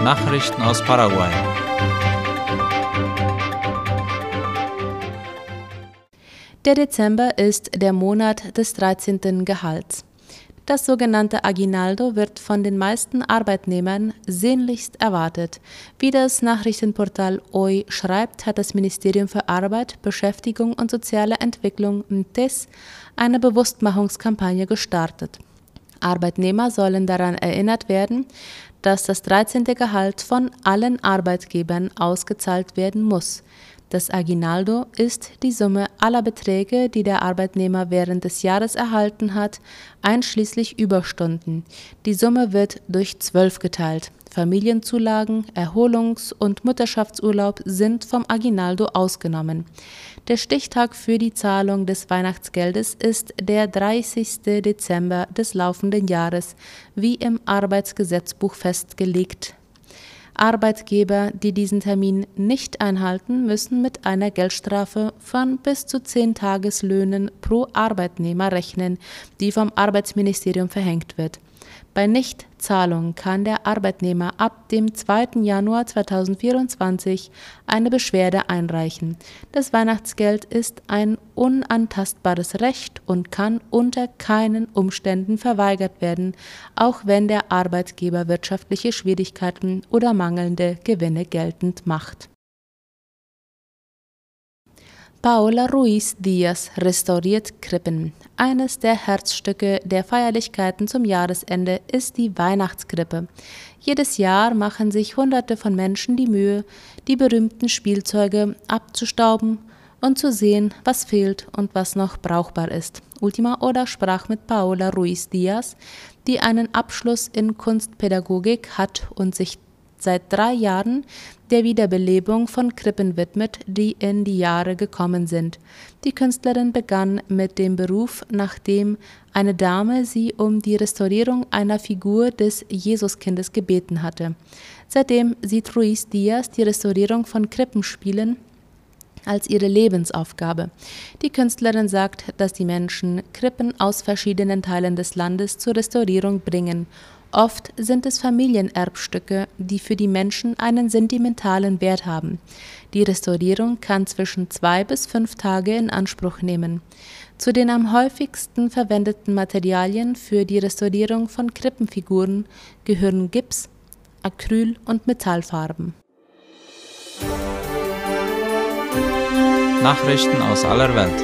Nachrichten aus Paraguay. Der Dezember ist der Monat des 13. Gehalts. Das sogenannte Aguinaldo wird von den meisten Arbeitnehmern sehnlichst erwartet. Wie das Nachrichtenportal Hoy schreibt, hat das Ministerium für Arbeit, Beschäftigung und soziale Entwicklung MTES eine Bewusstmachungskampagne gestartet. Arbeitnehmer sollen daran erinnert werden, dass das 13. Gehalt von allen Arbeitgebern ausgezahlt werden muss. Das Aguinaldo ist die Summe aller Beträge, die der Arbeitnehmer während des Jahres erhalten hat, einschließlich Überstunden. Die Summe wird durch 12 geteilt. Familienzulagen, Erholungs- und Mutterschaftsurlaub sind vom Aguinaldo ausgenommen. Der Stichtag für die Zahlung des Weihnachtsgeldes ist der 30. Dezember des laufenden Jahres, wie im Arbeitsgesetzbuch festgelegt. Arbeitgeber, die diesen Termin nicht einhalten, müssen mit einer Geldstrafe von bis zu 10 Tageslöhnen pro Arbeitnehmer rechnen, die vom Arbeitsministerium verhängt wird. Bei Nichtzahlung kann der Arbeitnehmer ab dem 2. Januar 2024 eine Beschwerde einreichen. Das Weihnachtsgeld ist ein unantastbares Recht und kann unter keinen Umständen verweigert werden, auch wenn der Arbeitgeber wirtschaftliche Schwierigkeiten oder mangelnde Gewinne geltend macht. Paola Ruiz Diaz restauriert Krippen. Eines der Herzstücke der Feierlichkeiten zum Jahresende ist die Weihnachtskrippe. Jedes Jahr machen sich Hunderte von Menschen die Mühe, die berühmten Spielzeuge abzustauben und zu sehen, was fehlt und was noch brauchbar ist. Ultima Oda sprach mit Paola Ruiz Diaz, die einen Abschluss in Kunstpädagogik hat und sich seit 3 Jahren der Wiederbelebung von Krippen widmet, die in die Jahre gekommen sind. Die Künstlerin begann mit dem Beruf, nachdem eine Dame sie um die Restaurierung einer Figur des Jesuskindes gebeten hatte. Seitdem sieht Ruiz Diaz die Restaurierung von Krippenspielen als ihre Lebensaufgabe. Die Künstlerin sagt, dass die Menschen Krippen aus verschiedenen Teilen des Landes zur Restaurierung bringen. Oft sind es Familienerbstücke, die für die Menschen einen sentimentalen Wert haben. Die Restaurierung kann zwischen 2 bis 5 Tage in Anspruch nehmen. Zu den am häufigsten verwendeten Materialien für die Restaurierung von Krippenfiguren gehören Gips, Acryl und Metallfarben. Nachrichten aus aller Welt.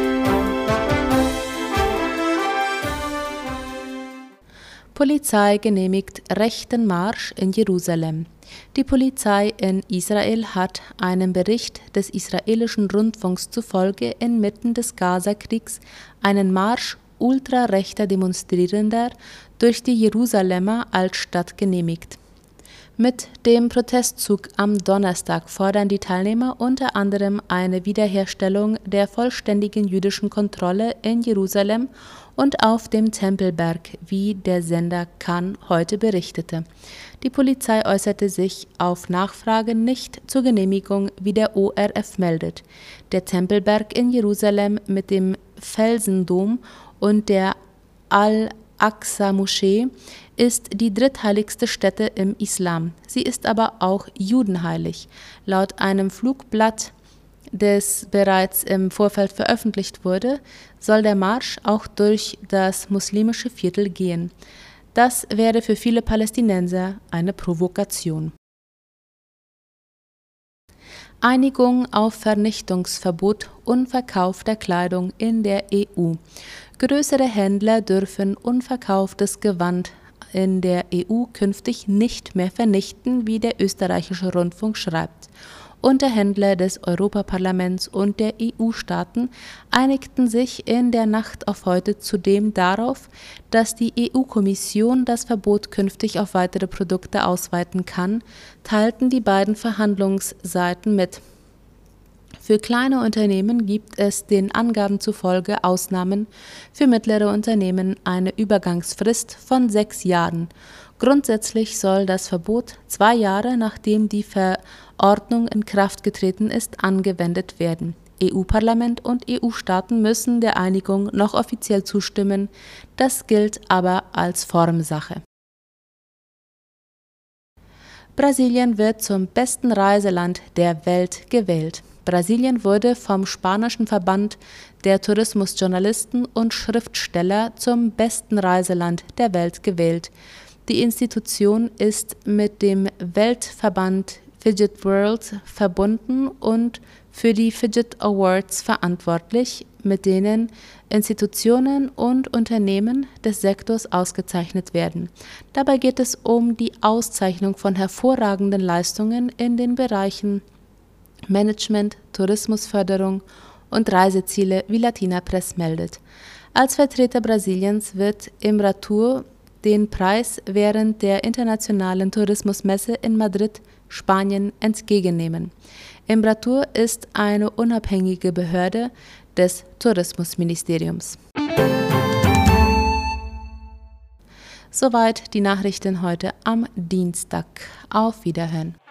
Polizei genehmigt rechten Marsch in Jerusalem. Die Polizei in Israel hat einem Bericht des israelischen Rundfunks zufolge inmitten des Gazakriegs einen Marsch ultrarechter Demonstrierender durch die Jerusalemer Altstadt genehmigt. Mit dem Protestzug am Donnerstag fordern die Teilnehmer unter anderem eine Wiederherstellung der vollständigen jüdischen Kontrolle in Jerusalem und auf dem Tempelberg, wie der Sender Kan heute berichtete. Die Polizei äußerte sich auf Nachfrage nicht zur Genehmigung, wie der ORF meldet. Der Tempelberg in Jerusalem mit dem Felsendom und der Al-Aqsa-Moschee ist die drittheiligste Stätte im Islam. Sie ist aber auch judenheilig. Laut einem Flugblatt, das bereits im Vorfeld veröffentlicht wurde, soll der Marsch auch durch das muslimische Viertel gehen. Das wäre für viele Palästinenser eine Provokation. Einigung auf Vernichtungsverbot unverkaufter Kleidung in der EU. Größere Händler dürfen unverkauftes Gewand in der EU künftig nicht mehr vernichten, wie der österreichische Rundfunk schreibt. Unterhändler des Europaparlaments und der EU-Staaten einigten sich in der Nacht auf heute zudem darauf, dass die EU-Kommission das Verbot künftig auf weitere Produkte ausweiten kann, teilten die beiden Verhandlungsseiten mit. Für kleine Unternehmen gibt es den Angaben zufolge Ausnahmen, für mittlere Unternehmen eine Übergangsfrist von 6 Jahren. Grundsätzlich soll das Verbot 2 Jahre nachdem die Verordnung in Kraft getreten ist, angewendet werden. EU-Parlament und EU-Staaten müssen der Einigung noch offiziell zustimmen, das gilt aber als Formsache. Brasilien wird zum besten Reiseland der Welt gewählt. Brasilien wurde vom spanischen Verband der Tourismusjournalisten und Schriftsteller zum besten Reiseland der Welt gewählt. Die Institution ist mit dem Weltverband Fidget World verbunden und für die Fidget Awards verantwortlich, mit denen Institutionen und Unternehmen des Sektors ausgezeichnet werden. Dabei geht es um die Auszeichnung von hervorragenden Leistungen in den Bereichen Management, Tourismusförderung und Reiseziele, wie Latina Press meldet. Als Vertreter Brasiliens wird Embratur den Preis während der Internationalen Tourismusmesse in Madrid, Spanien, entgegennehmen. Embratur ist eine unabhängige Behörde des Tourismusministeriums. Soweit die Nachrichten heute am Dienstag. Auf Wiederhören.